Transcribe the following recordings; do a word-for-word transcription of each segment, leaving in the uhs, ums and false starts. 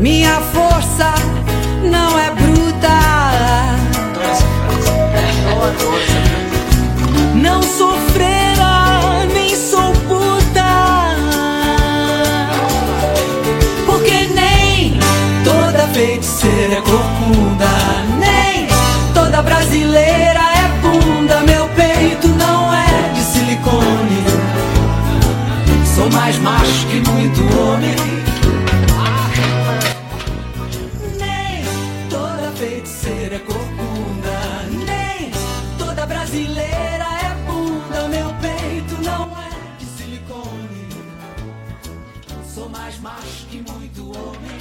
Minha força não é bruta, não sou freira, nem sou puta, porque nem toda feiticeira é corcunda, nem toda brasileira é bunda. Meu peito não é de silicone, sou mais macho que muito homem. Nem toda feiticeira é corcunda, nem toda brasileira é bunda. Meu peito não é de silicone, sou mais macho que muito homem.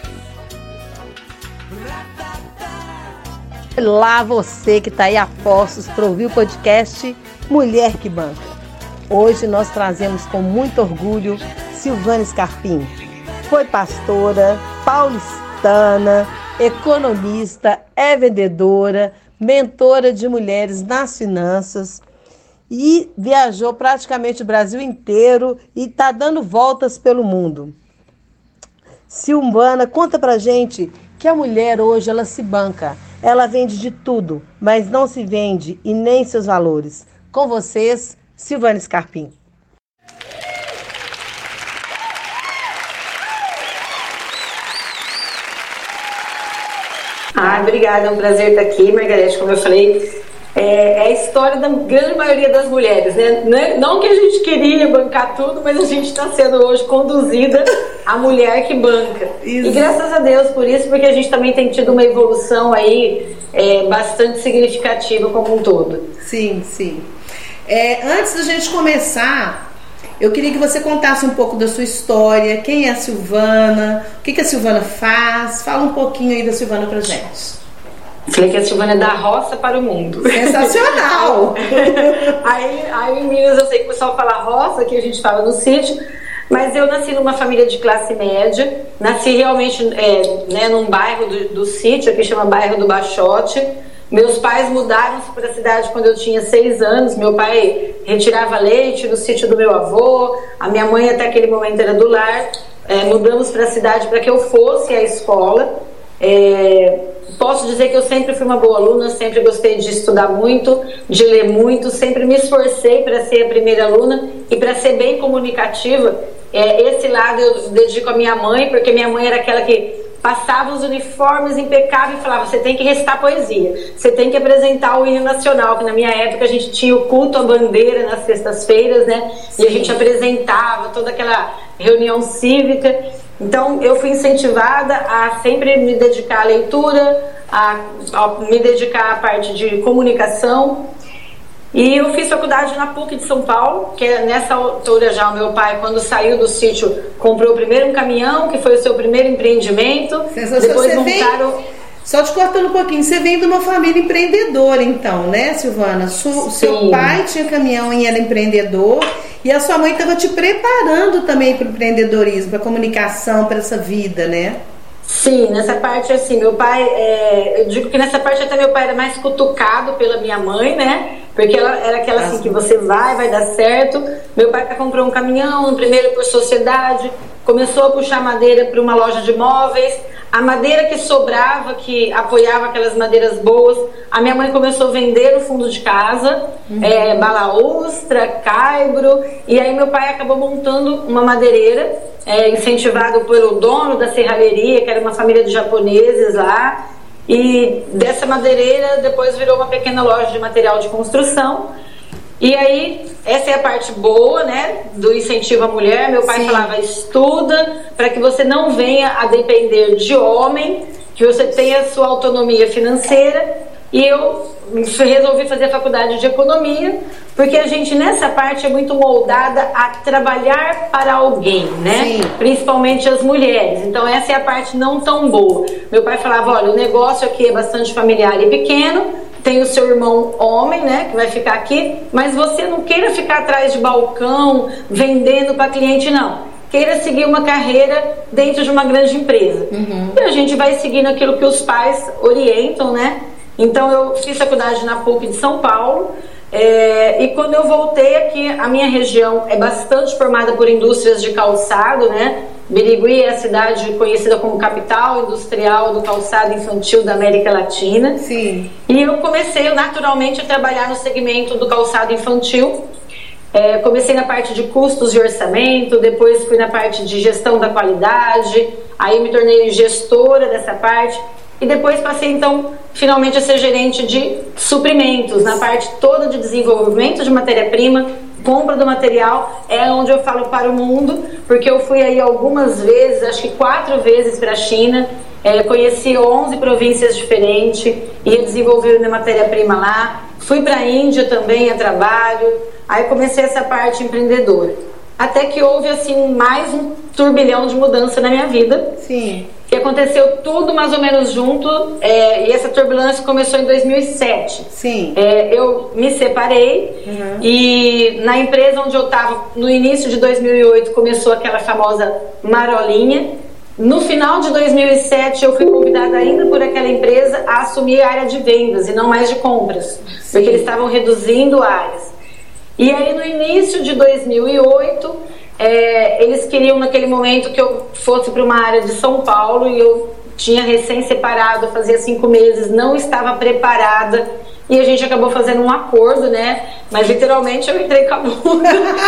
Olá, você que está aí a postos para ouvir o podcast Mulher que Banca. Hoje nós trazemos com muito orgulho Silvana Scarpim. Foi pastora, paulistana, economista, é vendedora, mentora de mulheres nas finanças e viajou praticamente o Brasil inteiro e está dando voltas pelo mundo. Silvana, conta pra gente que a mulher hoje ela se banca. Ela vende de tudo, mas não se vende e nem seus valores. Com vocês, Silvana Scarpim. Ah, obrigada, é um prazer estar aqui, Margarete. Como eu falei, é, é a história da grande maioria das mulheres, né? Não que a gente queria bancar tudo, mas a gente está sendo hoje conduzida a mulher que banca. Isso. E graças a Deus por isso, porque a gente também tem tido uma evolução aí é, bastante significativa como um todo. Sim, sim. É, antes da gente começar, eu queria que você contasse um pouco da sua história, quem é a Silvana, o que, que a Silvana faz. Fala um pouquinho aí da Silvana pra gente. Falei que a Silvana é da roça para o mundo. Sensacional! aí, aí em Minas eu sei que o pessoal fala roça, que a gente fala no sítio, mas eu nasci numa família de classe média, nasci realmente é, né, num bairro do, do sítio, que chama bairro do Baixote. Meus pais mudaram-se para a cidade quando eu tinha seis anos. Meu pai retirava leite no sítio do meu avô, a minha mãe até aquele momento era do lar. É, mudamos para a cidade para que eu fosse à escola. É, posso dizer que eu sempre fui uma boa aluna, sempre gostei de estudar muito, de ler muito, sempre me esforcei para ser a primeira aluna e para ser bem comunicativa. É, esse lado eu dedico à minha mãe, porque minha mãe era aquela que passava os uniformes impecáveis e falava: você tem que recitar poesia, você tem que apresentar o hino nacional, que na minha época a gente tinha o culto à bandeira nas sextas-feiras, né? Sim. E a gente apresentava toda aquela reunião cívica. Então eu fui incentivada a sempre me dedicar à leitura, a, a me dedicar à parte de comunicação. E eu fiz faculdade na PUC de São Paulo, que nessa altura já o meu pai, quando saiu do sítio, comprou primeiro um caminhão, que foi o seu primeiro empreendimento. Depois montaram... Vem, só te cortando um pouquinho, você vem de uma família empreendedora então, né, Silvana? O seu pai tinha caminhão e era empreendedor, e a sua mãe estava te preparando também para o empreendedorismo, para a comunicação, para essa vida, né? Sim, nessa parte assim, meu pai, é, eu digo que nessa parte até meu pai era mais cutucado pela minha mãe, né? Porque ela era aquela assim, que você vai, vai dar certo. Meu pai comprou um caminhão, primeiro por sociedade, começou a puxar madeira para uma loja de móveis. A madeira que sobrava, que apoiava aquelas madeiras boas, a minha mãe começou a vender no fundo de casa, uhum. é, balaústra, caibro, e aí meu pai acabou montando uma madeireira, é, incentivado pelo dono da serralheria, que era uma família de japoneses lá, e dessa madeireira depois virou uma pequena loja de material de construção. E aí, essa é a parte boa, né, do incentivo à mulher. Meu pai Sim. falava: estuda para que você não venha a depender de homem, que você tenha sua autonomia financeira. E eu resolvi fazer a faculdade de economia, porque a gente nessa parte é muito moldada a trabalhar para alguém, né? Sim. Principalmente as mulheres. Então essa é a parte não tão boa. Meu pai falava: olha, o negócio aqui é bastante familiar e pequeno, tem o seu irmão homem, né, que vai ficar aqui, mas você não queira ficar atrás de balcão vendendo para cliente, não. Queira seguir uma carreira dentro de uma grande empresa. Uhum. E a gente vai seguindo aquilo que os pais orientam, né? Então eu fiz faculdade na PUC de São Paulo, é, e quando eu voltei aqui, a minha região é bastante formada por indústrias de calçado, né? Birigui é a cidade conhecida como capital industrial do calçado infantil da América Latina. Sim. E eu comecei naturalmente a trabalhar no segmento do calçado infantil. É, comecei na parte de custos e orçamento, depois fui na parte de gestão da qualidade, aí me tornei gestora dessa parte e depois passei então finalmente a ser gerente de suprimentos, na parte toda de desenvolvimento de matéria-prima, compra do material, é onde eu falo para o mundo, porque eu fui aí algumas vezes, acho que quatro vezes para a China, é, conheci onze províncias diferentes, ia desenvolver minha matéria-prima lá, fui para a Índia também a trabalho, aí comecei essa parte empreendedora. Até que houve assim mais um turbilhão de mudança na minha vida. Sim. Que aconteceu tudo mais ou menos junto, é, e essa turbulência começou em dois mil e sete. Sim. É, eu me separei, uhum. E na empresa onde eu estava, no início de dois mil e oito, começou aquela famosa marolinha. No final de dois mil e sete, eu fui convidada ainda por aquela empresa a assumir a área de vendas e não mais de compras. Sim. Porque eles estavam reduzindo áreas. E aí no início de dois mil e oito... É, eles queriam naquele momento que eu fosse para uma área de São Paulo e eu tinha recém-separado, fazia cinco meses, não estava preparada e a gente acabou fazendo um acordo, né? Mas literalmente eu entrei com a bunda.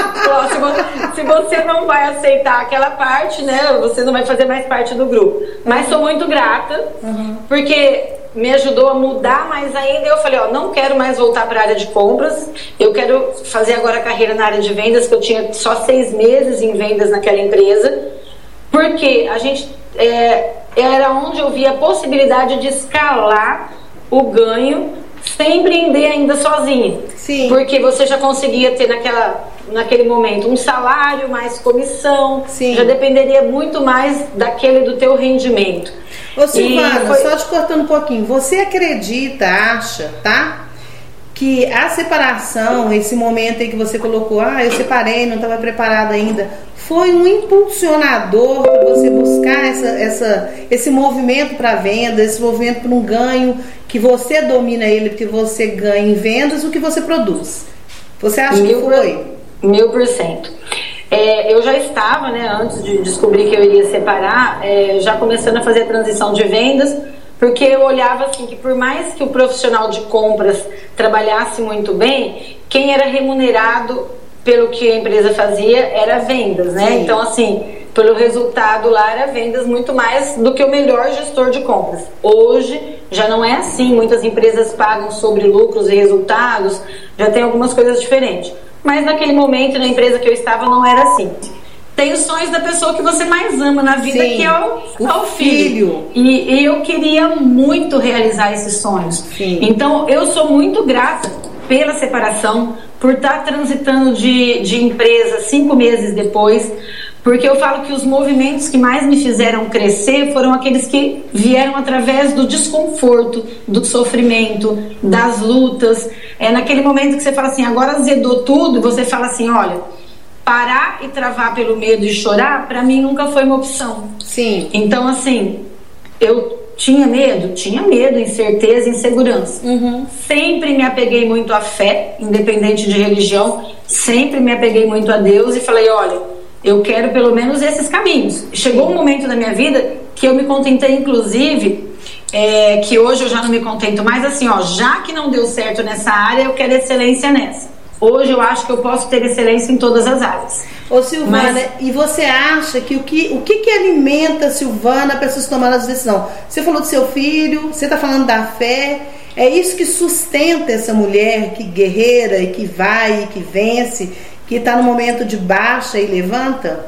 se você não vai aceitar aquela parte, né? Você não vai fazer mais parte do grupo. Mas sou muito grata, uhum. Porque me ajudou a mudar mais ainda. Eu falei, ó, não quero mais voltar para a área de compras, eu quero fazer agora a carreira na área de vendas, que eu tinha só seis meses em vendas naquela empresa, porque a gente é, era onde eu via a possibilidade de escalar o ganho sem empreender ainda sozinha. Sim. Porque você já conseguia ter naquela, naquele momento um salário, mais comissão. Sim. Já dependeria muito mais daquele do teu rendimento. Ô Silvana, foi... só te cortando um pouquinho, você acredita, acha, tá? Que a separação, esse momento aí que você colocou, ah, eu separei, não estava preparada ainda, foi um impulsionador para você buscar essa, essa, esse movimento para venda, esse movimento para um ganho, que você domina ele, porque você ganha em vendas o que você produz. Você acha mil que foi? Mil por cento. É, eu já estava, né, antes de descobrir que eu iria separar, é, já começando a fazer a transição de vendas, porque eu olhava assim que por mais que o profissional de compras trabalhasse muito bem, quem era remunerado pelo que a empresa fazia era vendas, né? Sim. Então assim, pelo resultado lá era vendas muito mais do que o melhor gestor de compras. Hoje já não é assim, muitas empresas pagam sobre lucros e resultados, já tem algumas coisas diferentes. Mas naquele momento, na empresa que eu estava, não era assim. Tem os sonhos da pessoa que você mais ama na vida, sim, que é o, o, é o filho. filho. E, e eu queria muito realizar esses sonhos. Sim. Então, eu sou muito grata pela separação, por estar transitando de, de empresa cinco meses depois, porque eu falo que os movimentos que mais me fizeram crescer foram aqueles que vieram através do desconforto, do sofrimento, das lutas. É naquele momento que você fala assim, agora azedou tudo, você fala assim, olha, parar e travar pelo medo e chorar, pra mim nunca foi uma opção. Sim. Então, assim, eu tinha medo? Tinha medo, incerteza, insegurança. Uhum. Sempre me apeguei muito à fé, independente de religião, sempre me apeguei muito a Deus e falei, olha, eu quero pelo menos esses caminhos. Chegou um momento da minha vida que eu me contentei, inclusive, é, que hoje eu já não me contento mais, assim, ó, já que não deu certo nessa área, eu quero excelência nessa. Hoje eu acho que eu posso ter excelência em todas as áreas. Ô Silvana, mas... e você acha que o que, o que, que alimenta a Silvana para essas tomadas de decisão? Você falou do seu filho, você está falando da fé, é isso que sustenta essa mulher que guerreira e que vai e que vence, que está no momento de baixa e levanta?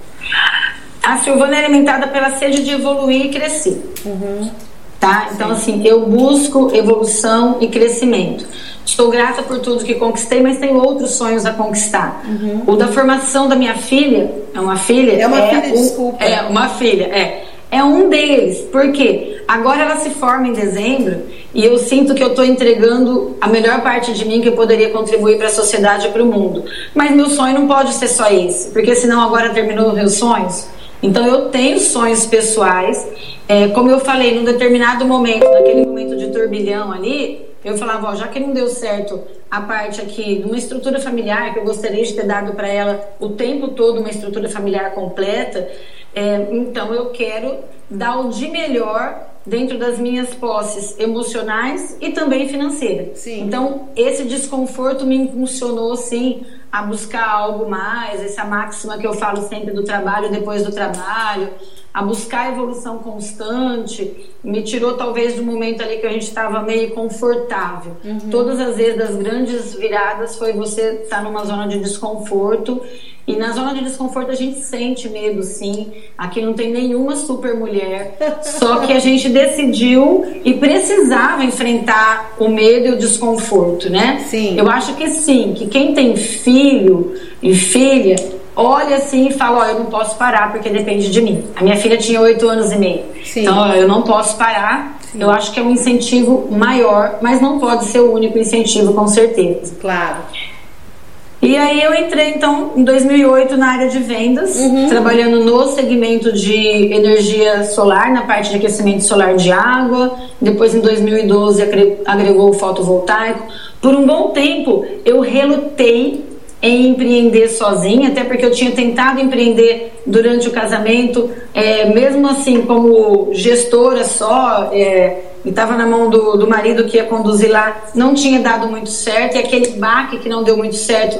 A Silvana é alimentada pela sede de evoluir e crescer. Uhum. Tá? Então, assim, eu busco evolução e crescimento. Estou grata por tudo que conquistei, mas tenho outros sonhos a conquistar. Uhum. O da formação da minha filha, é uma filha? É uma é filha, um, desculpa. É uma filha, é. É um deles. Por quê? Agora ela se forma em dezembro e eu sinto que eu estou entregando a melhor parte de mim que eu poderia contribuir para a sociedade e para o mundo. Mas meu sonho não pode ser só esse, porque senão agora terminou os meus sonhos. Então eu tenho sonhos pessoais. É, como eu falei, num determinado momento, naquele momento de turbilhão ali, eu falava, ó, já que não deu certo a parte aqui de uma estrutura familiar, que eu gostaria de ter dado para ela o tempo todo uma estrutura familiar completa, É, então eu quero dar o de melhor dentro das minhas posses emocionais e também financeiras. Sim. Então esse desconforto me impulsionou sim a buscar algo mais, essa máxima que eu falo sempre do trabalho depois do trabalho, a buscar evolução constante, me tirou talvez do momento ali que a gente estava meio confortável. Uhum. Todas as vezes das grandes viradas foi você estar numa zona de desconforto, e na zona de desconforto a gente sente medo, sim. Aqui não tem nenhuma super mulher, só que a gente decidiu e precisava enfrentar o medo e o desconforto, né? Sim. Eu acho que sim, que quem tem filho e filha olha assim e fala, ó, eu não posso parar porque depende de mim. A minha filha tinha oito anos e meio. Sim. Então, ó, eu não posso parar. Sim. Eu acho que é um incentivo maior, mas não pode ser o único incentivo, com certeza. Claro. E aí eu entrei, então, em dois mil e oito na área de vendas, uhum. trabalhando no segmento de energia solar, na parte de aquecimento solar de água. Depois, em dois mil e doze, agregou o fotovoltaico. Por um bom tempo, eu relutei em empreender sozinha, até porque eu tinha tentado empreender durante o casamento, é, mesmo assim como gestora só, é, e estava na mão do, do marido que ia conduzir lá, não tinha dado muito certo, e aquele baque que não deu muito certo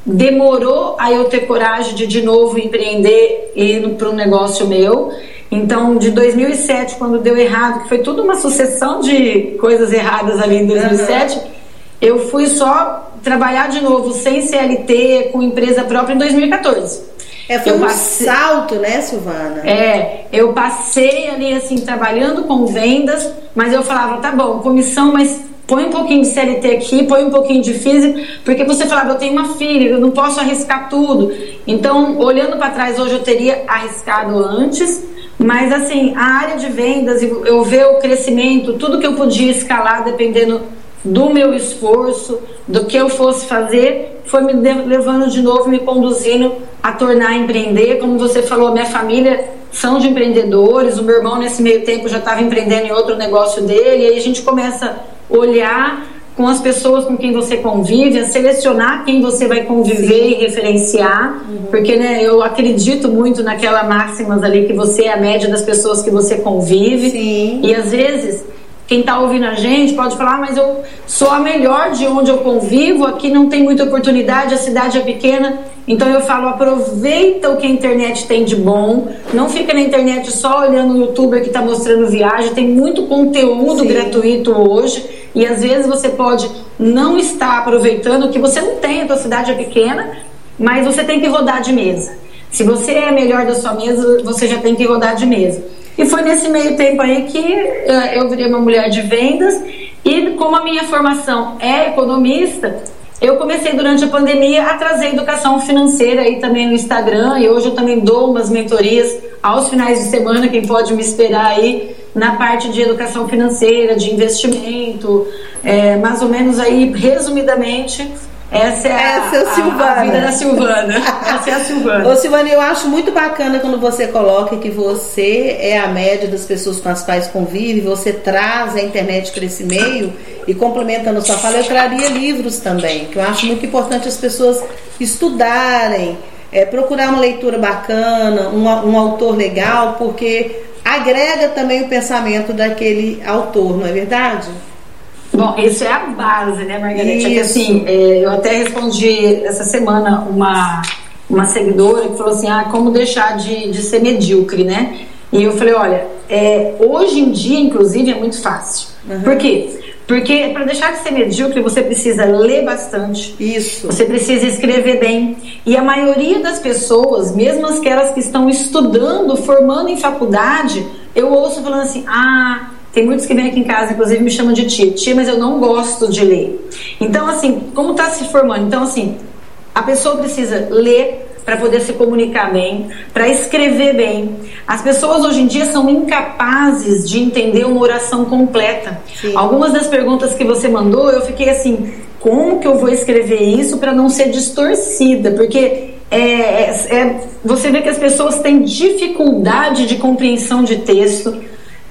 demorou a eu ter coragem de de novo empreender e ir para um negócio meu. Então, de dois mil e sete, quando deu errado, que foi tudo uma sucessão de coisas erradas ali em dois mil e sete, uhum. eu fui só trabalhar de novo sem C L T, com empresa própria, em dois mil e quatorze. É, foi eu um passei, salto, né, Silvana? É, eu passei ali, assim, trabalhando com vendas, mas eu falava, tá bom, comissão, mas põe um pouquinho de C L T aqui, põe um pouquinho de físico, porque você falava, eu tenho uma filha, eu não posso arriscar tudo. Então, olhando para trás, hoje eu teria arriscado antes, mas, assim, a área de vendas, eu ver o crescimento, tudo que eu podia escalar, dependendo do meu esforço, do que eu fosse fazer, foi me levando de novo, me conduzindo a tornar a empreender. Como você falou, minha família são de empreendedores, o meu irmão nesse meio tempo já estava empreendendo em outro negócio dele, e aí a gente começa a olhar com as pessoas com quem você convive, a selecionar quem você vai conviver Sim. e referenciar, uhum. porque né, eu acredito muito naquela máximas ali que você é a média das pessoas que você convive. Sim. E às vezes quem está ouvindo a gente pode falar, mas eu sou a melhor de onde eu convivo, aqui não tem muita oportunidade, a cidade é pequena. Então eu falo, aproveita o que a internet tem de bom, não fica na internet só olhando o youtuber que está mostrando viagem, tem muito conteúdo Sim. gratuito hoje, e às vezes você pode não estar aproveitando, que você não tem, a tua cidade é pequena, mas você tem que rodar de mesa. Se você é a melhor da sua mesa, você já tem que rodar de mesa. E foi nesse meio tempo aí que uh, eu virei uma mulher de vendas, e como a minha formação é economista, eu comecei durante a pandemia a trazer educação financeira aí também no Instagram, e hoje eu também dou umas mentorias aos finais de semana, quem pode me esperar aí na parte de educação financeira, de investimento, é, mais ou menos aí, resumidamente, essa é a, Essa é a, Silvana. a vida da Silvana. Essa é a Silvana. Ô Silvana, eu acho muito bacana quando você coloca que você é a média das pessoas com as quais convive, você traz a internet para esse meio, e complementando sua fala, eu traria livros também, que eu acho muito importante as pessoas estudarem, é, procurar uma leitura bacana, um, um autor legal, porque agrega também o pensamento daquele autor, não é verdade? Bom, isso é a base, né, Margarete? É que, assim, é, eu até respondi essa semana uma, uma seguidora que falou assim, ah, como deixar de, de ser medíocre, né? E eu falei, olha, é, hoje em dia, inclusive, é muito fácil. Uhum. Por quê? Porque para deixar de ser medíocre, você precisa ler bastante. Isso. Você precisa escrever bem. E a maioria das pessoas, mesmo aquelas que estão estudando, formando em faculdade, eu ouço falando assim, ah... Tem muitos que vêm aqui em casa, inclusive me chamam de tia. Tia, mas eu não gosto de ler. Então, assim, como está se formando? Então, assim, a pessoa precisa ler para poder se comunicar bem, para escrever bem. As pessoas hoje em dia são incapazes de entender uma oração completa. Sim. Algumas das perguntas que você mandou, eu fiquei assim, como que eu vou escrever isso para não ser distorcida? Porque é, é, é, você vê que as pessoas têm dificuldade de compreensão de texto.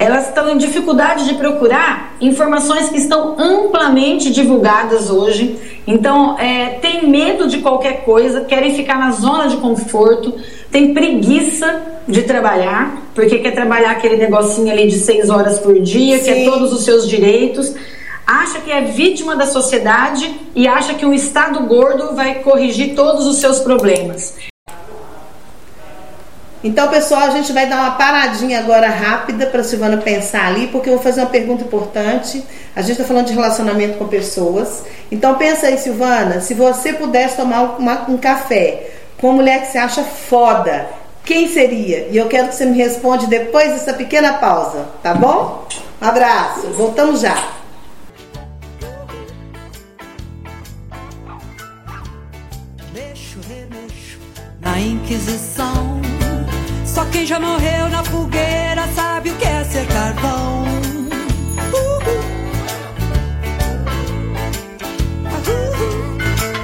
elas estão em dificuldade de procurar informações que estão amplamente divulgadas hoje. Então, é, tem medo de qualquer coisa, querem ficar na zona de conforto, tem preguiça de trabalhar, porque quer trabalhar aquele negocinho ali de seis horas por dia, Sim. quer todos os seus direitos, acha que é vítima da sociedade e acha que um estado gordo vai corrigir todos os seus problemas. Então, pessoal, a gente vai dar uma paradinha agora rápida para a Silvana pensar ali, porque eu vou fazer uma pergunta importante. A gente está falando de relacionamento com pessoas. Então, pensa aí, Silvana, se você pudesse tomar uma, um café com uma mulher que você acha foda, quem seria? E eu quero que você me responda depois dessa pequena pausa, tá bom? Um abraço, voltamos já. Mexo, remexo na Inquisição. Só quem já morreu na fogueira sabe o que é ser carvão. Uhul. Uhul.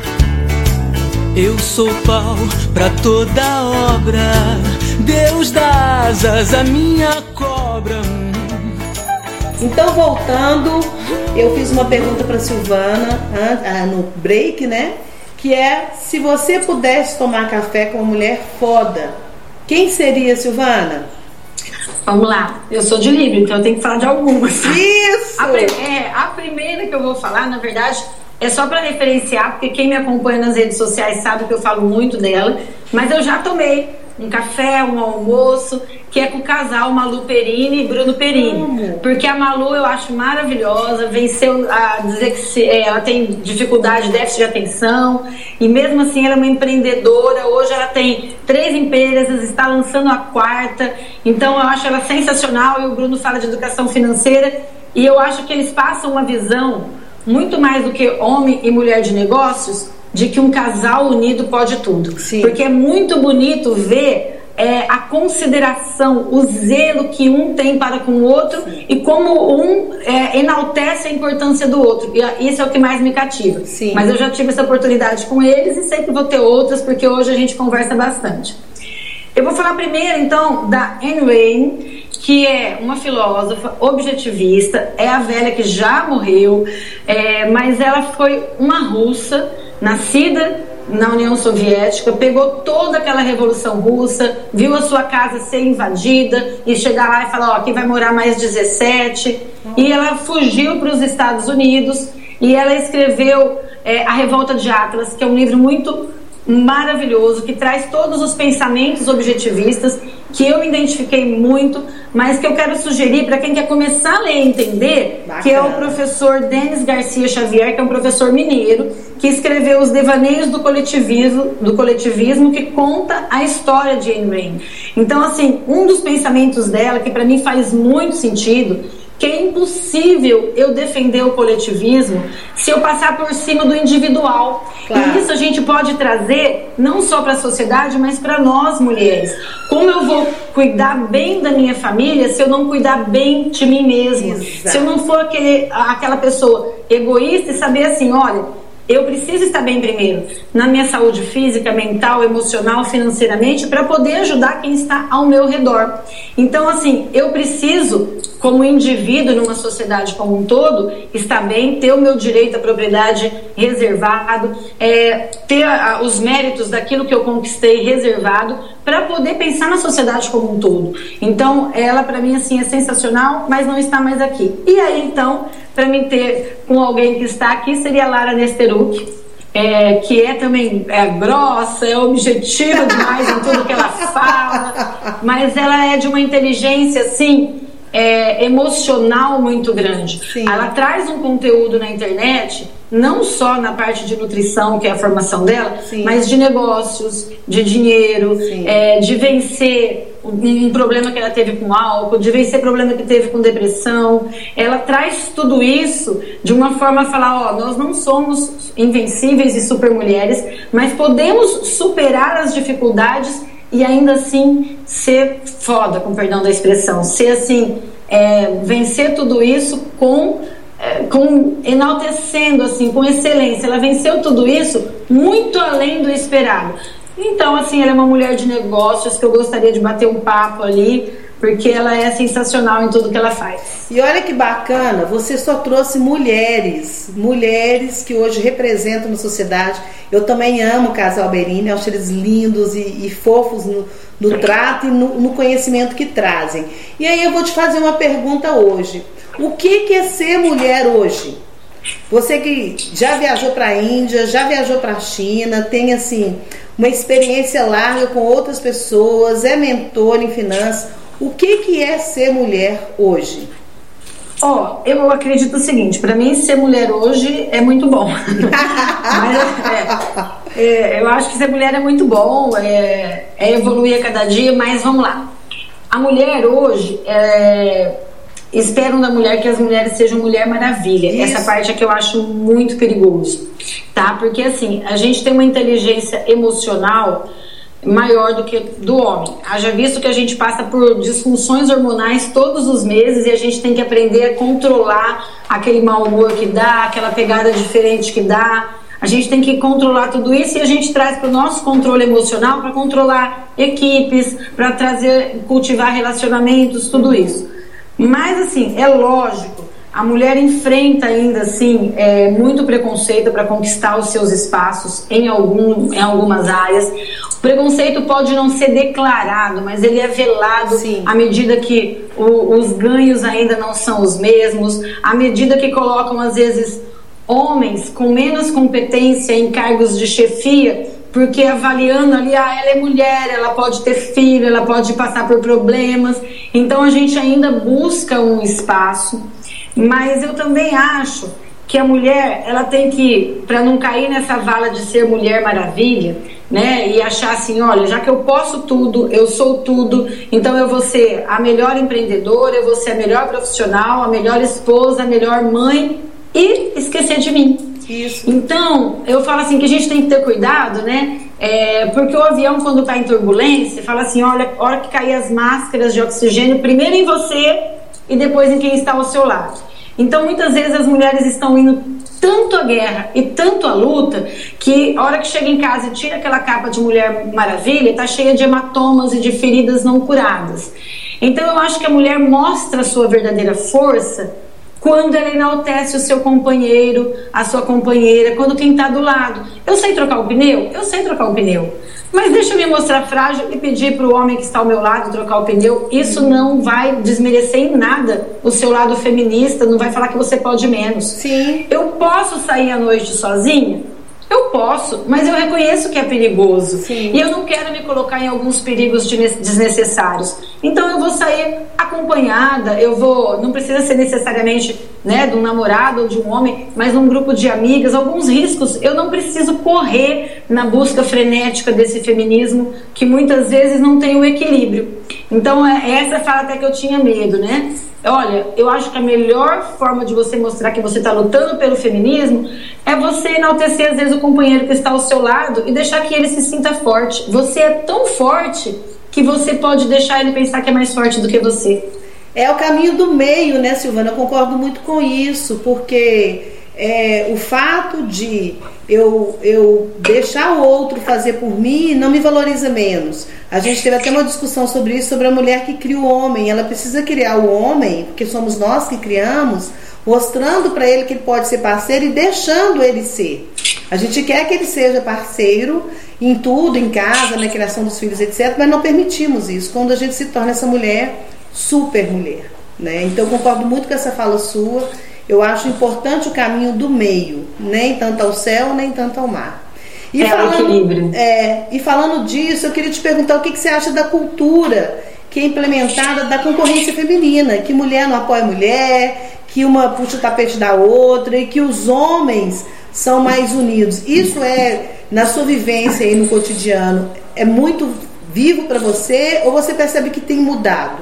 Eu sou pau pra toda obra, Deus dá asas à minha cobra. Então, voltando, eu fiz uma pergunta para Silvana no break, né? Que é, se você pudesse tomar café com uma mulher foda, quem seria, Silvana? Vamos lá, eu sou de Libra, então eu tenho que falar de algumas. Isso! A, é, a primeira que eu vou falar, na verdade, é só para referenciar, porque quem me acompanha nas redes sociais sabe que eu falo muito dela, mas eu já tomei um café, um almoço, que é com o casal Malu Perini e Bruno Perini. Hum. Porque a Malu eu acho maravilhosa, venceu a dizer que se, é, ela tem dificuldade, déficit de atenção, e mesmo assim ela é uma empreendedora. Hoje ela tem três empresas, está lançando a quarta, então eu acho ela sensacional. E o Bruno fala de educação financeira, e eu acho que eles passam uma visão muito mais do que homem e mulher de negócios, de que um casal unido pode tudo. Sim. Porque é muito bonito ver é, a consideração, o zelo que um tem para com o outro. Sim. E como um é, enaltece a importância do outro. E isso é o que mais me cativa. Sim. Mas eu já tive essa oportunidade com eles e sei que vou ter outras, porque hoje a gente conversa bastante. Eu vou falar primeiro, então, da Ayn Rand, que é uma filósofa objetivista, é a velha que já morreu, é, mas ela foi uma russa, nascida na União Soviética, pegou toda aquela revolução russa, viu a sua casa ser invadida e chegar lá e falar, ó, aqui vai morar mais dezessete, e ela fugiu para os Estados Unidos e ela escreveu é, A Revolta de Atlas, que é um livro muito maravilhoso, que traz todos os pensamentos objetivistas, que eu me identifiquei muito, mas que eu quero sugerir para quem quer começar a ler e entender. Bacana. Que é o professor Denis Garcia Xavier, que é um professor mineiro, que escreveu Os Devaneios do Coletivismo, do coletivismo, que conta a história de Ayn Rand. Então, assim, um dos pensamentos dela, que para mim faz muito sentido, que é impossível eu defender o coletivismo se eu passar por cima do individual. Claro. E isso a gente pode trazer não só para a sociedade, mas para nós mulheres. Como eu vou cuidar bem da minha família se eu não cuidar bem de mim mesma? Exato. Se eu não for aquele, aquela pessoa egoísta e saber assim, olha, eu preciso estar bem primeiro na minha saúde física, mental, emocional, financeiramente, para poder ajudar quem está ao meu redor. Então, assim, eu preciso, como indivíduo numa sociedade como um todo, estar bem, ter o meu direito à propriedade reservado, é, ter a, os méritos daquilo que eu conquistei reservado, para poder pensar na sociedade como um todo. Então, ela para mim assim é sensacional, mas não está mais aqui. E aí, então, para mim ter com alguém que está aqui seria a Lara Nesteruk, é, que é também é, grossa, é objetiva demais em tudo que ela fala, mas ela é de uma inteligência assim, é, emocional muito grande. Sim. Ela traz um conteúdo na internet, não só na parte de nutrição, que é a formação dela, sim, mas de negócios, de dinheiro, é, de vencer um problema que ela teve com álcool, de vencer problema que teve com depressão. Ela traz tudo isso de uma forma a falar, ó, nós não somos invencíveis e super mulheres, mas podemos superar as dificuldades e ainda assim ser foda, com perdão da expressão, ser assim, é, vencer tudo isso com, é, com enaltecendo, assim, com excelência. Ela venceu tudo isso muito além do esperado. Então, assim, ela é uma mulher de negócios que eu gostaria de bater um papo ali, porque ela é sensacional em tudo que ela faz. E olha que bacana, você só trouxe mulheres, mulheres que hoje representam na sociedade. Eu também amo o casal Berini, acho eles lindos e, e fofos no, no trato e no, no conhecimento que trazem. E aí eu vou te fazer uma pergunta hoje. O que, que é ser mulher hoje? Você que já viajou para a Índia, já viajou para a China, tem assim uma experiência larga com outras pessoas, é mentor em finanças. O que, que é ser mulher hoje? Ó, oh, eu acredito o seguinte, para mim ser mulher hoje é muito bom. Mas, é, é, eu acho que ser mulher é muito bom, é, é evoluir a cada dia, mas vamos lá. A mulher hoje, é, esperam da mulher que as mulheres sejam Mulher Maravilha. Isso. Essa parte é que eu acho muito perigoso, tá? Porque assim, a gente tem uma inteligência emocional maior do que do homem. Haja visto que a gente passa por disfunções hormonais todos os meses e a gente tem que aprender a controlar aquele mau humor que dá, aquela pegada diferente que dá. A gente tem que controlar tudo isso e a gente traz para o nosso controle emocional para controlar equipes, para trazer, cultivar relacionamentos, tudo isso. Mas assim, é lógico, a mulher enfrenta ainda assim é, muito preconceito para conquistar os seus espaços em, algum, em algumas áreas. O preconceito pode não ser declarado, mas ele é velado. Sim. À medida que o, os ganhos ainda não são os mesmos, à medida que colocam às vezes homens com menos competência em cargos de chefia, porque avaliando ali, ah, ela é mulher, ela pode ter filho, ela pode passar por problemas. Então a gente ainda busca um espaço, mas eu também acho que a mulher, ela tem que, para não cair nessa vala de ser Mulher Maravilha, né, e achar assim, olha, já que eu posso tudo, eu sou tudo, então eu vou ser a melhor empreendedora, eu vou ser a melhor profissional, a melhor esposa, a melhor mãe, e esquecer de mim. Isso. Então, eu falo assim que a gente tem que ter cuidado, né? É, porque o avião, quando está em turbulência, fala assim, olha, a hora que cair as máscaras de oxigênio, primeiro em você e depois em quem está ao seu lado. Então, muitas vezes as mulheres estão indo tanto à guerra e tanto à luta, que a hora que chega em casa e tira aquela capa de Mulher Maravilha, está cheia de hematomas e de feridas não curadas. Então, eu acho que a mulher mostra a sua verdadeira força quando ela enaltece o seu companheiro, a sua companheira, quando quem está do lado. Eu sei trocar o pneu? Eu sei trocar o pneu. Mas deixa eu me mostrar frágil e pedir para o homem que está ao meu lado trocar o pneu. Isso não vai desmerecer em nada o seu lado feminista, não vai falar que você pode menos. Sim. Eu posso sair à noite sozinha? Eu posso, mas eu reconheço que é perigoso. Sim. E eu não quero me colocar em alguns perigos desnecessários. Então eu vou sair acompanhada, eu vou, não precisa ser necessariamente, né, de um namorado ou de um homem, mas num grupo de amigas, alguns riscos eu não preciso correr na busca frenética desse feminismo que muitas vezes não tem o equilíbrio. Então é essa fala até que eu tinha medo, né? Olha, eu acho que a melhor forma de você mostrar que você está lutando pelo feminismo é você enaltecer às vezes o companheiro que está ao seu lado e deixar que ele se sinta forte. Você é tão forte que você pode deixar ele pensar que é mais forte do que você. É o caminho do meio, né, Silvana? Eu concordo muito com isso, porque é, o fato de eu, eu deixar o outro fazer por mim não me valoriza menos. A gente teve até uma discussão sobre isso, sobre a mulher que cria o homem. Ela precisa criar o homem, porque somos nós que criamos, mostrando para ele que ele pode ser parceiro e deixando ele ser. A gente quer que ele seja parceiro em tudo, em casa, na criação dos filhos, etcétera, mas não permitimos isso quando a gente se torna essa mulher super mulher, né? Então eu concordo muito com essa fala sua. Eu acho importante o caminho do meio, nem tanto ao céu, nem tanto ao mar. E, é falando, o equilíbrio. É, e falando disso, eu queria te perguntar o que, que você acha da cultura que é implementada da concorrência feminina, que mulher não apoia mulher, que uma puxa o tapete da outra e que os homens são mais unidos. Isso é, na sua vivência aí no cotidiano, é muito vivo para você ou você percebe que tem mudado?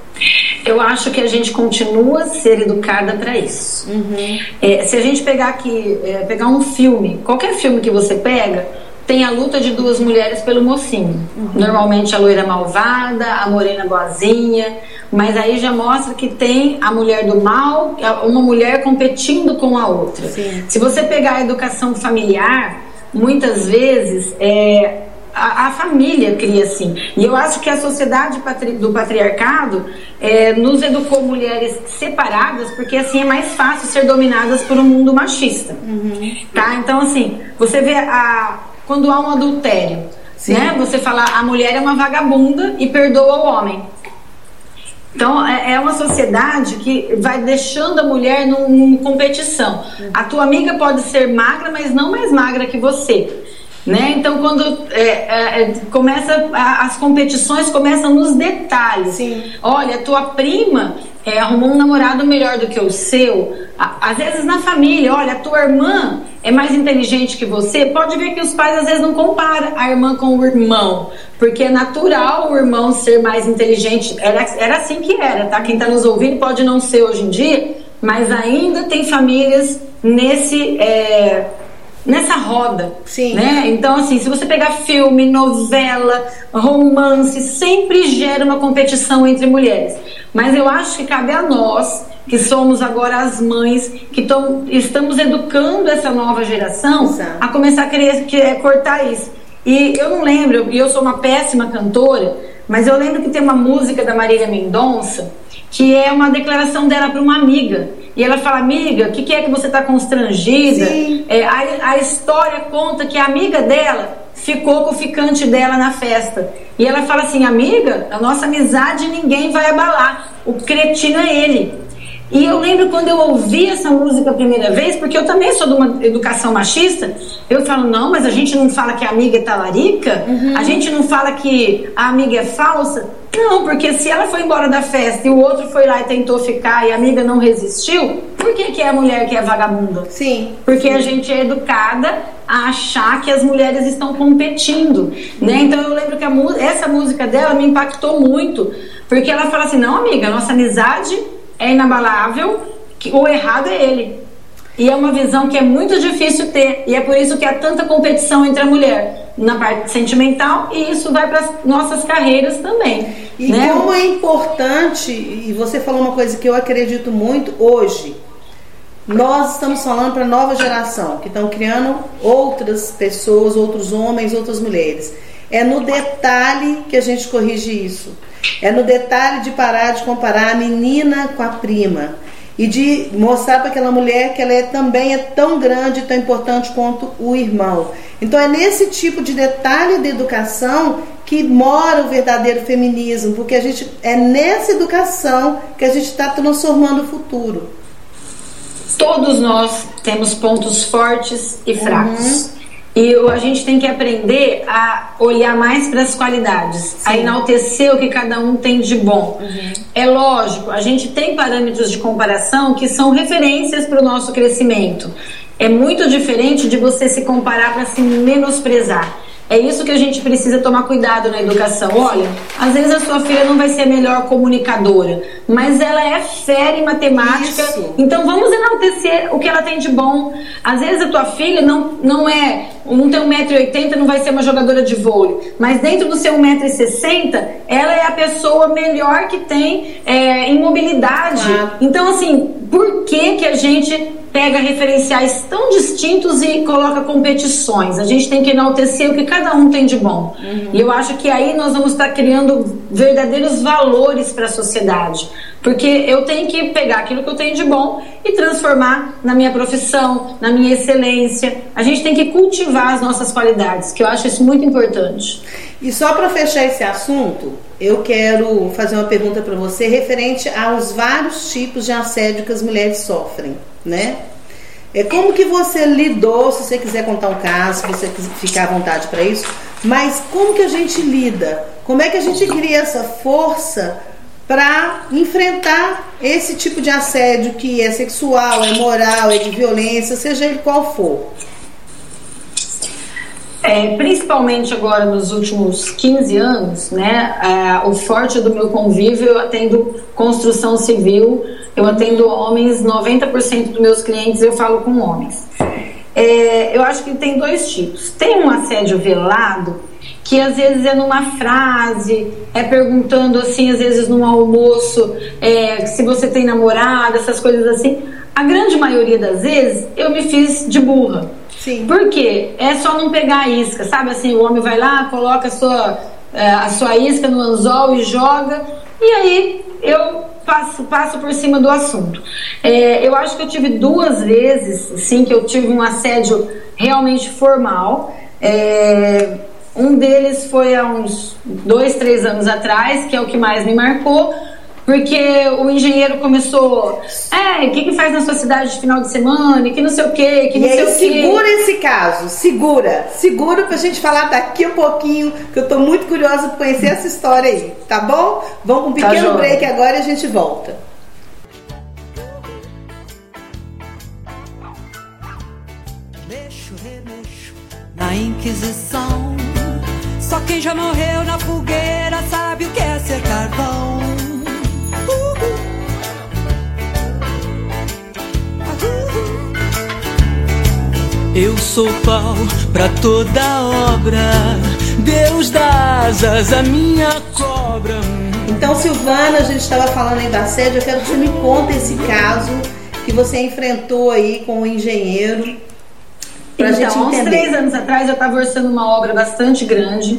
Eu acho que a gente continua a ser educada para isso. Uhum. É, se a gente pegar aqui, é, pegar um filme, qualquer filme que você pega, tem a luta de duas mulheres pelo mocinho. Uhum. Normalmente a loira malvada, a morena boazinha, mas aí já mostra que tem a mulher do mal, uma mulher competindo com a outra. Sim. Se você pegar a educação familiar, muitas vezes é, a, a família cria assim. E eu acho que a sociedade patri, do patriarcado é, nos educou mulheres separadas, porque assim é mais fácil ser dominadas por um mundo machista. Uhum. Tá? Então assim, você vê a, quando há um adultério, né? Você fala, a mulher é uma vagabunda e perdoa o homem. Então é uma sociedade que vai deixando a mulher numa competição. A tua amiga pode ser magra, mas não mais magra que você, né? Então quando é, é, começa as competições começam nos detalhes. Sim. Olha, tua prima é, arrumou um namorado melhor do que o seu. Às vezes na família, olha, a tua irmã é mais inteligente que você. Pode ver que os pais às vezes não comparam a irmã com o irmão, porque é natural o irmão ser mais inteligente. Era, era assim que era, tá? Quem está nos ouvindo pode não ser hoje em dia, mas ainda tem famílias nesse, é, nessa roda. Sim. Né? Então assim, se você pegar filme, novela, romance, sempre gera uma competição entre mulheres. Mas eu acho que cabe a nós, que somos agora as mães, que tom, estamos educando essa nova geração, Exato. A começar a querer que, é, cortar isso. E eu não lembro, e eu sou uma péssima cantora, mas eu lembro que tem uma música da Marília Mendonça, que é uma declaração dela para uma amiga. E ela fala, amiga, o que, que é que você está constrangida? É, a, a história conta que a amiga dela ficou com o ficante dela na festa. E ela fala assim, amiga, a nossa amizade ninguém vai abalar. O cretino é ele. E eu lembro quando eu ouvi essa música a primeira vez, porque eu também sou de uma educação machista, eu falo, não, mas a gente não fala que a amiga é talarica? Uhum. A gente não fala que a amiga é falsa? Não, porque se ela foi embora da festa e o outro foi lá e tentou ficar e a amiga não resistiu, por que que é a mulher que é vagabunda? Sim. Porque sim. A gente é educada a achar que as mulheres estão competindo, né? Então eu lembro que a, essa música dela me impactou muito, porque ela fala assim, não, amiga, a nossa amizade é inabalável, que o errado é ele. E é uma visão que é muito difícil ter, e é por isso que há tanta competição entre a mulher na parte sentimental, e isso vai para as nossas carreiras também. E né? Como é importante, e você falou uma coisa que eu acredito muito hoje, nós estamos falando para a nova geração, que estão criando outras pessoas, outros homens, outras mulheres. É no detalhe que a gente corrige isso. É no detalhe de parar de comparar a menina com a prima e de mostrar para aquela mulher que ela é, também é tão grande e tão importante quanto o irmão. Então é nesse tipo de detalhe de educação que mora o verdadeiro feminismo, porque a gente, é nessa educação que a gente está transformando o futuro. Todos nós temos pontos fortes e fracos. Uhum. E a gente tem que aprender a olhar mais para as qualidades, sim, a enaltecer o que cada um tem de bom. Uhum. É lógico, a gente tem parâmetros de comparação que são referências para o nosso crescimento. É muito diferente de você se comparar para se menosprezar. É isso que a gente precisa tomar cuidado na educação. Olha, às vezes a sua filha não vai ser a melhor comunicadora, mas ela é fera em matemática. Isso. Então vamos enaltecer o que ela tem de bom. Às vezes a tua filha não, não é, não tem um metro e oitenta, não vai ser uma jogadora de vôlei, mas dentro do seu um metro e sessenta, ela é a pessoa melhor que tem é, em mobilidade. Claro. Então assim, por que que a gente pega referenciais tão distintos e coloca competições? A gente tem que enaltecer o que cada um tem de bom. Uhum. E eu acho que aí nós vamos estar criando verdadeiros valores para a sociedade. Porque eu tenho que pegar aquilo que eu tenho de bom e transformar na minha profissão, na minha excelência. A gente tem que cultivar as nossas qualidades, que eu acho isso muito importante. E só para fechar esse assunto, eu quero fazer uma pergunta para você referente aos vários tipos de assédio que as mulheres sofrem, né? É, como que você lidou, se você quiser contar um caso, se você ficar à vontade para isso, mas como que a gente lida? Como é que a gente cria essa força para enfrentar esse tipo de assédio que é sexual, é moral, é de violência, seja ele qual for? É, principalmente agora nos últimos quinze anos, né, é, o forte do meu convívio, eu atendo construção civil, eu atendo homens, noventa por cento dos meus clientes eu falo com homens. É, eu acho que tem dois tipos. Tem um assédio velado, que às vezes é numa frase, é perguntando assim, às vezes num almoço, é, se você tem namorada, essas coisas assim. A grande maioria das vezes eu me fiz de burra. Sim. Por quê? É só não pegar a isca, sabe? Assim, o homem vai lá, coloca a sua, a sua isca no anzol e joga, e aí eu passo, passo por cima do assunto. É, eu acho que eu tive duas vezes, sim, que eu tive um assédio realmente formal. É, um deles foi há uns dois, três anos atrás, que é o que mais me marcou, porque o engenheiro começou, é, o que, que faz na sua cidade de final de semana, e que não sei o que, que não e sei aí, o que. segura esse caso, segura, segura pra gente falar daqui a pouquinho, que eu tô muito curiosa por conhecer essa história aí, tá bom? Vamos com um pequeno tá break agora e a gente volta. Mexo, remexo na Inquisição, só quem já morreu na fogueira sabe o que é ser carvão. Eu sou pau pra toda obra, Deus dá asas à minha cobra. Então, Silvana, a gente estava falando aí da assédio, eu quero que você me conte esse caso que você enfrentou aí com o engenheiro. Pra então, gente há uns três anos atrás eu estava orçando uma obra bastante grande,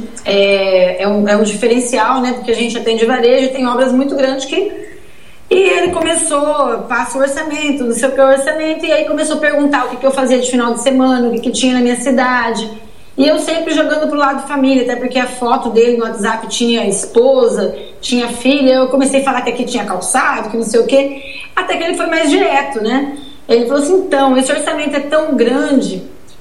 é, é, um, é um diferencial, né, porque a gente atende varejo e tem obras muito grandes que... E ele começou, passa o orçamento, não sei o que é o orçamento, e aí começou a perguntar o que, que eu fazia de final de semana, o que, que tinha na minha cidade. E eu sempre jogando pro lado família, até porque a foto dele no WhatsApp tinha esposa, tinha filha, eu comecei a falar que aqui tinha calçado, que não sei o que, até que ele foi mais direto, né? Ele falou assim, então, esse orçamento é tão grande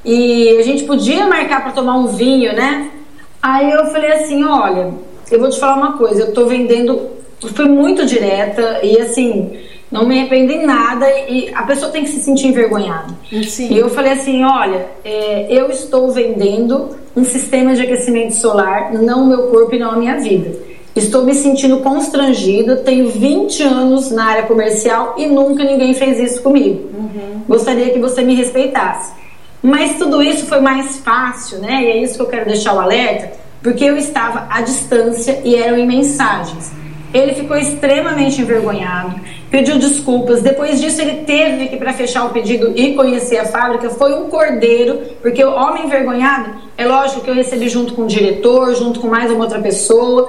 e a gente podia marcar para tomar um vinho, né? Aí eu falei assim, olha, eu vou te falar uma coisa, eu tô vendendo... Fui muito direta e assim, não me arrependo em nada, e a pessoa tem que se sentir envergonhada. Sim. E eu falei assim, olha, é, eu estou vendendo um sistema de aquecimento solar, não o meu corpo e não a minha vida. Estou me sentindo constrangida, tenho vinte anos na área comercial e nunca ninguém fez isso comigo. Uhum. Gostaria que você me respeitasse. Mas tudo isso foi mais fácil, né? E é isso que eu quero deixar o alerta, porque eu estava à distância e eram em mensagens. Ele ficou extremamente envergonhado, pediu desculpas. Depois disso, ele teve que, para fechar o pedido e conhecer a fábrica, foi um cordeiro, porque o homem envergonhado, é lógico que eu recebi junto com o diretor, junto com mais uma outra pessoa.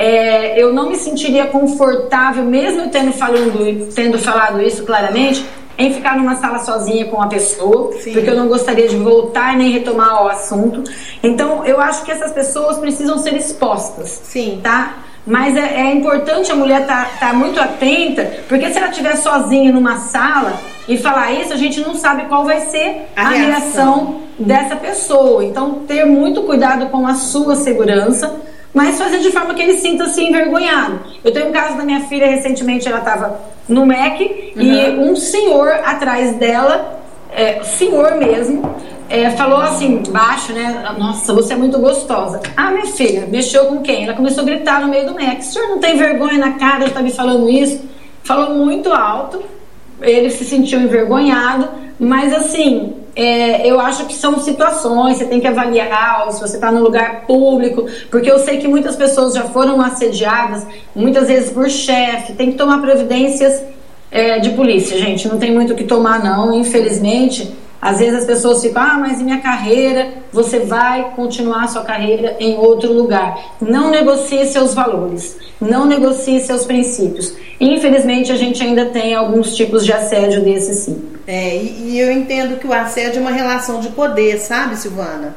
É, eu não me sentiria confortável, mesmo eu tendo falando, tendo falado isso claramente, em ficar numa sala sozinha com a pessoa, Sim. porque eu não gostaria de voltar nem retomar ao assunto. Então, eu acho que essas pessoas precisam ser expostas, Sim. tá? Mas é, é importante a mulher estar tá, tá muito atenta, porque se ela estiver sozinha numa sala e falar isso, a gente não sabe qual vai ser a, a reação. reação dessa pessoa. Então, ter muito cuidado com a sua segurança, mas fazer de forma que ele sinta-se envergonhado. Eu tenho um caso da minha filha, recentemente ela estava no M E C, uhum. e um senhor atrás dela, é, senhor mesmo, É, falou assim, baixo, né? Nossa, você é muito gostosa. Ah, minha filha, mexeu com quem? Ela começou a gritar no meio do M E C. O senhor não tem vergonha na cara de estar me falando isso? Falou muito alto, ele se sentiu envergonhado, mas assim, é, eu acho que são situações, você tem que avaliar se você está no lugar público, porque eu sei que muitas pessoas já foram assediadas, muitas vezes por chefe, tem que tomar providências é, de polícia, gente, não tem muito o que tomar não, infelizmente. Às vezes as pessoas ficam, ah, mas e minha carreira? Você vai continuar a sua carreira em outro lugar. Não negocie seus valores, não negocie seus princípios. Infelizmente, a gente ainda tem alguns tipos de assédio desse sim. É, e, e eu entendo que o assédio é uma relação de poder, sabe, Silvana?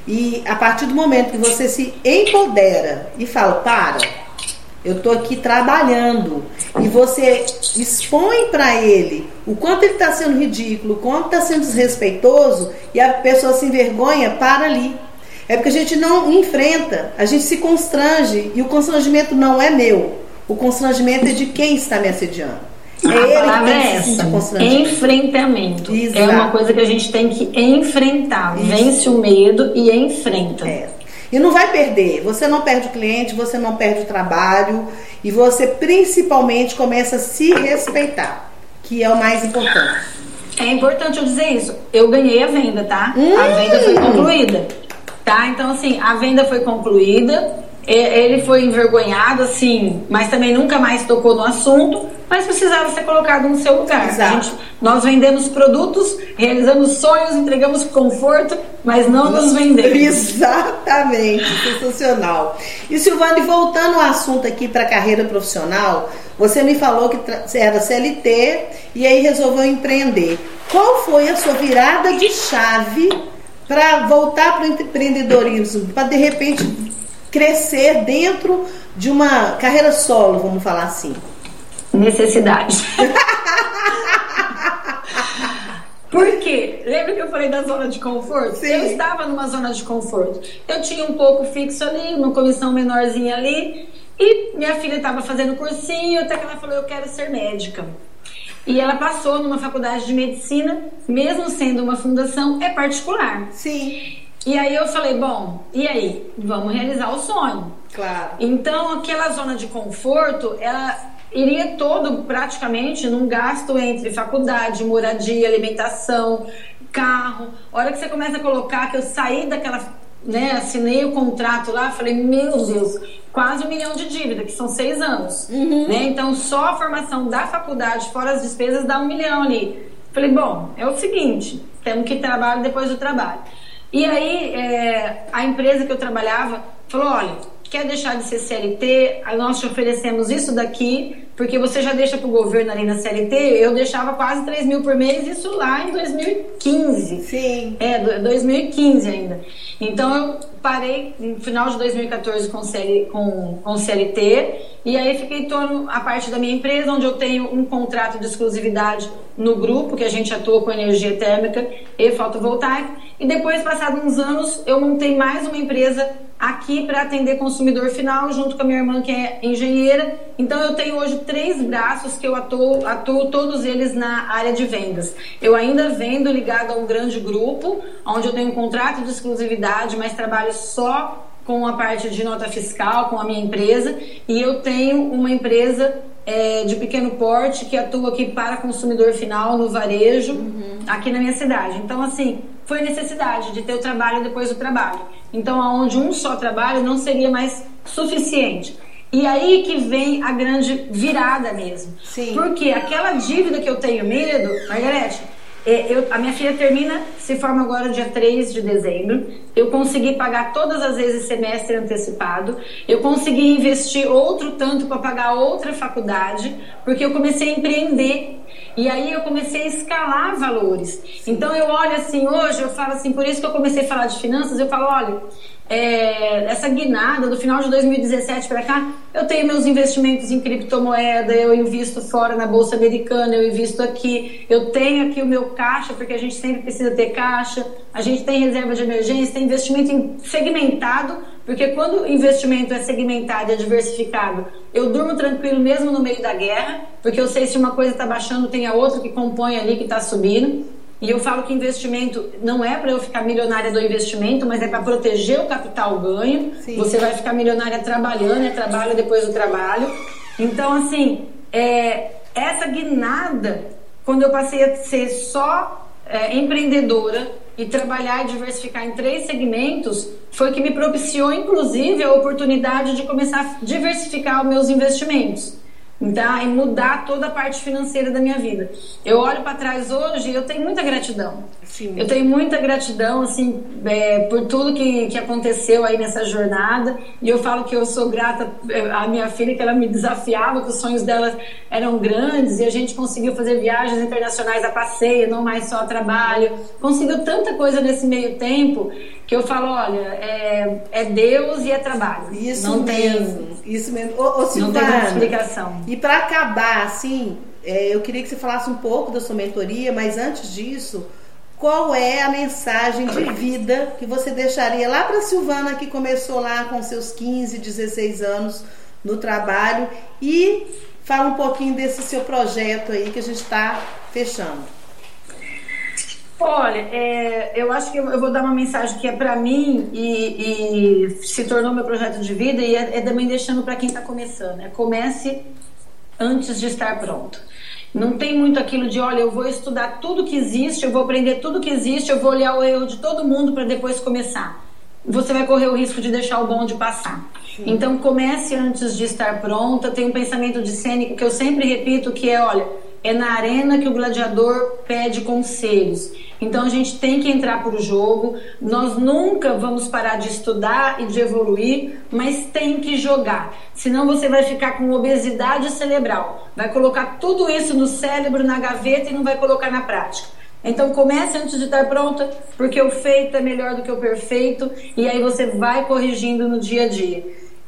E a partir do momento que você se empodera e fala, para, eu tô aqui trabalhando, e você expõe para ele o quanto ele está sendo ridículo, o quanto está sendo desrespeitoso, e a pessoa se envergonha, para ali. É porque a gente não enfrenta, a gente se constrange, e o constrangimento não é meu, o constrangimento é de quem está me assediando. É a ele palavra que tem é que se sentir essa, constrangido. enfrentamento. Exato. É uma coisa que a gente tem que enfrentar. Isso. Vence o medo e enfrenta. É. E não vai perder, você não perde o cliente, você não perde o trabalho, e você principalmente começa a se respeitar, que é o mais importante. É importante eu dizer isso, eu ganhei a venda, tá? Hum. A venda foi concluída, tá? Então assim, a venda foi concluída, Ele foi envergonhado, assim, mas também nunca mais tocou no assunto, mas precisava ser colocado no seu lugar. A gente, nós vendemos produtos, realizamos sonhos, entregamos conforto, mas não nos vendemos. Exatamente, sensacional. E Silvane, voltando ao assunto aqui para a carreira profissional, você me falou que você era C L T e aí resolveu empreender. Qual foi a sua virada de chave para voltar para o empreendedorismo, para de repente crescer dentro de uma carreira solo, vamos falar assim? Necessidade. Por quê? Lembra que eu falei da zona de conforto? Sim. Eu estava numa zona de conforto. Eu tinha um pouco fixo ali, uma comissão menorzinha ali, e minha filha estava fazendo cursinho, até que ela falou, eu quero ser médica. E ela passou numa faculdade de medicina, mesmo sendo uma fundação, é particular. Sim. E aí eu falei, bom, e aí? Vamos realizar o sonho. Claro. Então, aquela zona de conforto, ela iria todo praticamente num gasto entre faculdade, moradia, alimentação, carro. A hora que você começa a colocar, que eu saí daquela, né, assinei o contrato lá, falei, meu Deus, quase um milhão de dívida, que são seis anos. Uhum. Né? Então, só a formação da faculdade, fora as despesas, dá um milhão ali. Falei, bom, é o seguinte, temos que trabalhar depois do trabalho. E aí, é, a empresa que eu trabalhava falou, olha, quer deixar de ser C L T? Aí nós te oferecemos isso daqui, porque você já deixa para o governo ali na C L T. Eu deixava quase três mil por mês, isso lá em dois mil e quinze. Sim. É, dois mil e quinze ainda. Então eu parei no final de dois mil e quatorze com, C L, com, com C L T, e aí fiquei em torno a parte da minha empresa, onde eu tenho um contrato de exclusividade no grupo, que a gente atua com energia térmica e fotovoltaica, e depois, passados uns anos, eu montei mais uma empresa aqui para atender consumidor final, junto com a minha irmã, que é engenheira. Então eu tenho hoje três braços que eu atuo, atuo todos eles na área de vendas. Eu ainda vendo ligado a um grande grupo, onde eu tenho um contrato de exclusividade, mas trabalho só com a parte de nota fiscal, com a minha empresa, e eu tenho uma empresa é, de pequeno porte que atua aqui para consumidor final, no varejo, uhum. aqui na minha cidade. Então, assim, foi necessidade de ter o trabalho depois do trabalho. Então, aonde um só trabalho não seria mais suficiente. E aí que vem a grande virada mesmo. Sim. Porque aquela dívida que eu tenho medo, Margarete, é, eu, a minha filha termina, se forma agora dia três de dezembro. Eu consegui pagar todas as vezes semestre antecipado. Eu consegui investir outro tanto para pagar outra faculdade, porque eu comecei a empreender. E aí eu comecei a escalar valores. Então eu olho assim, hoje eu falo assim, por isso que eu comecei a falar de finanças, eu falo, olha, é, essa guinada do final de dois mil e dezessete para cá, eu tenho meus investimentos em criptomoeda, eu invisto fora na Bolsa Americana, eu invisto aqui, eu tenho aqui o meu caixa, porque a gente sempre precisa ter caixa, a gente tem reserva de emergência, tem investimento segmentado, porque quando o investimento é segmentado e é diversificado, eu durmo tranquilo mesmo no meio da guerra, porque eu sei se uma coisa está baixando, tem a outra que compõe ali que está subindo. E eu falo que investimento não é para eu ficar milionária do investimento, mas é para proteger o capital ganho. Sim. Você vai ficar milionária trabalhando, é trabalho depois do trabalho. Então, assim, é, essa guinada, quando eu passei a ser só é, empreendedora e trabalhar e diversificar em três segmentos, foi que me propiciou, inclusive, a oportunidade de começar a diversificar os meus investimentos. Tá? E mudar toda a parte financeira da minha vida. Eu olho para trás hoje e eu tenho muita gratidão. Sim. Eu tenho muita gratidão assim, é, por tudo que, que aconteceu aí nessa jornada. E eu falo que eu sou grata à minha filha, que ela me desafiava, que os sonhos dela eram grandes, e a gente conseguiu fazer viagens internacionais a passeio, não mais só a trabalho. Conseguiu tanta coisa nesse meio tempo que eu falo, olha, é, é Deus e é trabalho. Isso não mesmo. Tem, isso mesmo. Ô, ô, Silvana, não tem outra explicação. E para acabar, assim, é, eu queria que você falasse um pouco da sua mentoria, mas antes disso, qual é a mensagem de vida que você deixaria lá para a Silvana, que começou lá com seus quinze, dezesseis anos no trabalho, e fala um pouquinho desse seu projeto aí que a gente está fechando. Olha, é, eu acho que eu, eu vou dar uma mensagem que é para mim e, e se tornou meu projeto de vida, e é, é também deixando para quem está começando. É comece antes de estar pronto. Não tem muito aquilo de, olha, eu vou estudar tudo que existe, eu vou aprender tudo que existe, eu vou olhar o erro de todo mundo para depois começar. você vai correr o risco de deixar o bonde passar. Sim. Então comece antes de estar pronta. Tem um pensamento de cênico que eu sempre repito, que é, olha, é na arena que o gladiador pede conselhos. Então a gente tem que entrar para o jogo. Nós nunca vamos parar de estudar e de evoluir, mas tem que jogar. Senão você vai ficar com obesidade cerebral. Vai colocar tudo isso no cérebro, na gaveta, e não vai colocar na prática. Então comece antes de estar pronta, porque o feito é melhor do que o perfeito, e aí você vai corrigindo no dia a dia.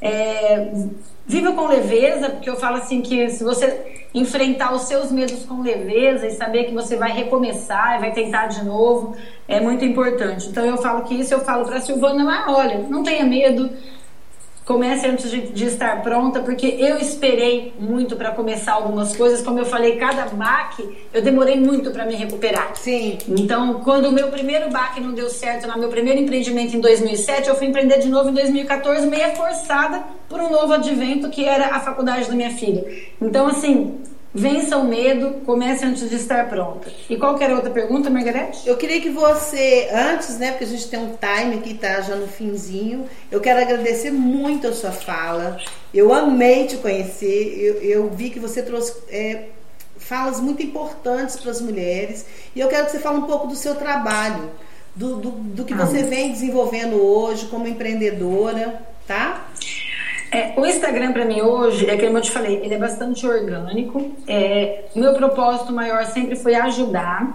É, viva com leveza, porque eu falo assim que se você enfrentar os seus medos com leveza e saber que você vai recomeçar e vai tentar de novo, é muito importante. Então eu falo que isso, eu falo para a Silvana lá, olha, não tenha medo, comece antes de, de estar pronta, porque eu esperei muito para começar algumas coisas. Como eu falei, cada baque, eu demorei muito para me recuperar. Sim. Então, quando o meu primeiro baque não deu certo, no meu primeiro empreendimento em dois mil e sete, eu fui empreender de novo em dois mil e quatorze, meia forçada por um novo advento, que era a faculdade da minha filha. Então, assim, vença o medo, comece antes de estar pronta. E qual que era a outra pergunta, Margarete? Eu queria que você, antes, né, porque a gente tem um time aqui, tá já no finzinho, eu quero agradecer muito a sua fala. Eu amei te conhecer, eu, eu vi que você trouxe é, falas muito importantes para as mulheres, e eu quero que você fale um pouco do seu trabalho, do, do, do que ah, você vem desenvolvendo hoje como empreendedora, tá? É, o Instagram para mim hoje, é como eu te falei, ele é bastante orgânico. É, meu propósito maior sempre foi ajudar,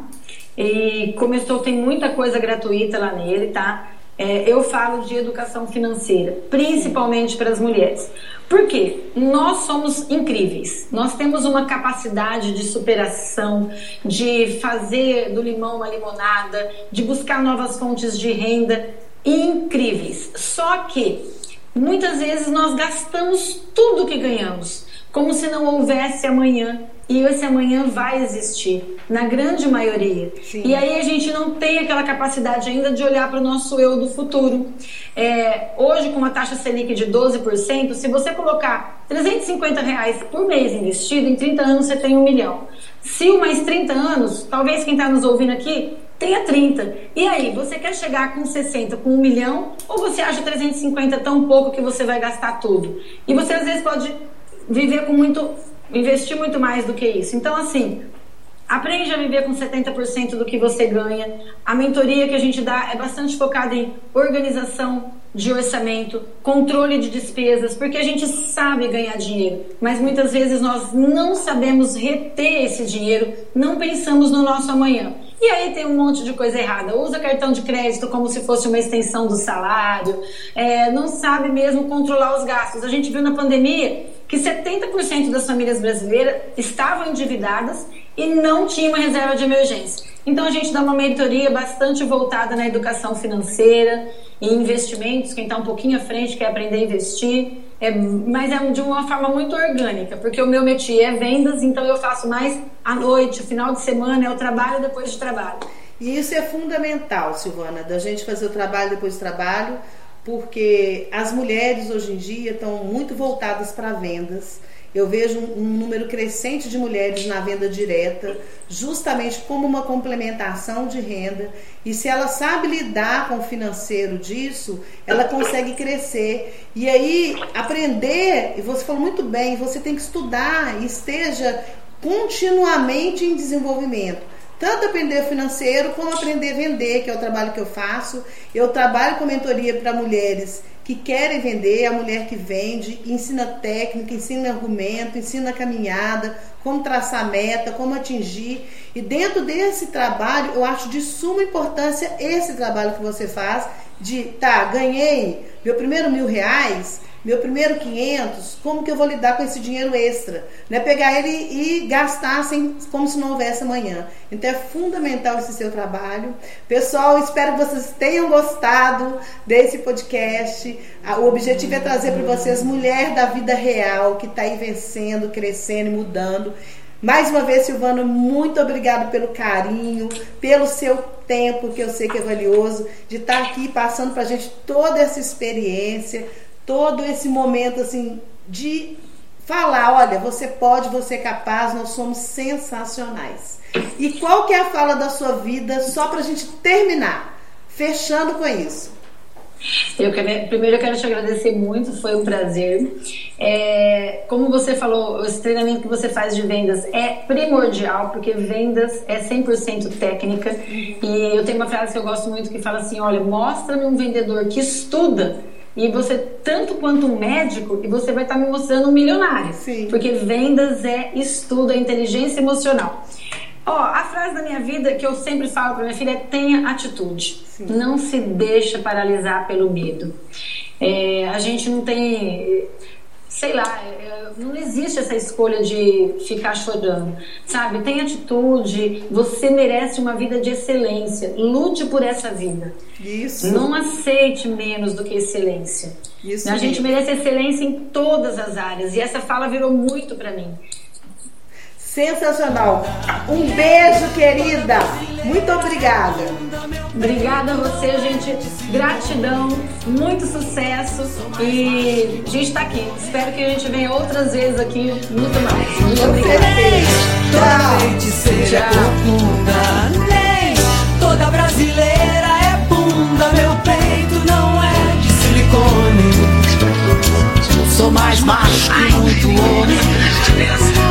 e começou, tem muita coisa gratuita lá nele, tá? É, eu falo de educação financeira, principalmente para as mulheres. Por quê? Nós somos incríveis, nós temos uma capacidade de superação, de fazer do limão uma limonada, de buscar novas fontes de renda incríveis. Só que muitas vezes nós gastamos tudo que ganhamos, como se não houvesse amanhã. E esse amanhã vai existir, na grande maioria. Sim. E aí a gente não tem aquela capacidade ainda de olhar para o nosso eu do futuro. É, hoje, com uma taxa Selic de doze por cento, se você colocar trezentos e cinquenta reais por mês investido, em trinta anos você tem um milhão. Se o mais trinta anos, talvez quem está nos ouvindo aqui tenha trinta. E aí, você quer chegar com sessenta, com um milhão, ou você acha trezentos e cinquenta tão pouco que você vai gastar tudo? E você às vezes pode viver com muito, investir muito mais do que isso. Então, assim, aprende a viver com setenta por cento do que você ganha. A mentoria que a gente dá é bastante focada em organização de orçamento, controle de despesas, porque a gente sabe ganhar dinheiro, mas muitas vezes nós não sabemos reter esse dinheiro, não pensamos no nosso amanhã. E aí tem um monte de coisa errada. Usa cartão de crédito como se fosse uma extensão do salário, é, não sabe mesmo controlar os gastos. A gente viu na pandemia que setenta por cento das famílias brasileiras estavam endividadas e não tinham uma reserva de emergência. Então a gente dá uma mentoria bastante voltada na educação financeira e investimentos. Quem está um pouquinho à frente quer aprender a investir, é, mas é de uma forma muito orgânica, porque o meu métier é vendas, então eu faço mais à noite, final de semana, é o trabalho depois de trabalho. E isso é fundamental, Silvana, da gente fazer o trabalho depois do trabalho, porque as mulheres hoje em dia estão muito voltadas para vendas. Eu vejo um, um número crescente de mulheres na venda direta, justamente como uma complementação de renda. E se ela sabe lidar com o financeiro disso, ela consegue crescer. E aí, aprender, e você falou muito bem, você tem que estudar e esteja continuamente em desenvolvimento. Tanto aprender financeiro como aprender a vender, que é o trabalho que eu faço. Eu trabalho com mentoria para mulheres que querem vender, a mulher que vende, ensina técnica, ensina argumento, ensina caminhada, como traçar meta, como atingir. E dentro desse trabalho, eu acho de suma importância esse trabalho que você faz, de, tá, ganhei meu primeiro mil reais, meu primeiro quinhentos, como que eu vou lidar com esse dinheiro extra? Não é pegar ele e gastar sem, como se não houvesse amanhã. Então é fundamental esse seu trabalho. Pessoal, espero que vocês tenham gostado desse podcast. O objetivo é trazer para vocês mulher da vida real, que está aí vencendo, crescendo e mudando. Mais uma vez, Silvana, muito obrigada pelo carinho, pelo seu tempo, que eu sei que é valioso, de estar aqui passando para a gente toda essa experiência, todo esse momento assim de falar, olha, você pode, você é capaz, nós somos sensacionais. E qual que é a fala da sua vida, só pra gente terminar, fechando com isso? Eu quero, primeiro eu quero te agradecer muito, foi um prazer. É, como você falou, esse treinamento que você faz de vendas é primordial, porque vendas é cem por cento técnica. E eu tenho uma frase que eu gosto muito que fala assim, olha, mostra-me um vendedor que estuda, e você, tanto quanto um médico, e você vai estar me mostrando um milionário. Sim. Porque vendas é estudo, é inteligência emocional. Ó, a frase da minha vida que eu sempre falo para minha filha é: tenha atitude. Sim. Não se deixa paralisar pelo medo. É, a gente não tem, sei lá, não existe essa escolha de ficar chorando, sabe? Tenha atitude, você merece uma vida de excelência, lute por essa vida. Isso. Não aceite menos do que excelência. Isso a mesmo. Gente merece excelência em todas as áreas, e essa fala virou muito para mim. Sensacional. Um beijo, querida. Muito obrigada. Obrigada a você, gente. Gratidão, muito sucesso. E a gente tá aqui. Espero que a gente venha outras vezes aqui, muito mais. Muito obrigada. Toda feiticeira é corcunda, nem toda brasileira é bunda. Meu peito não é de silicone. Sou mais macho que muito homem.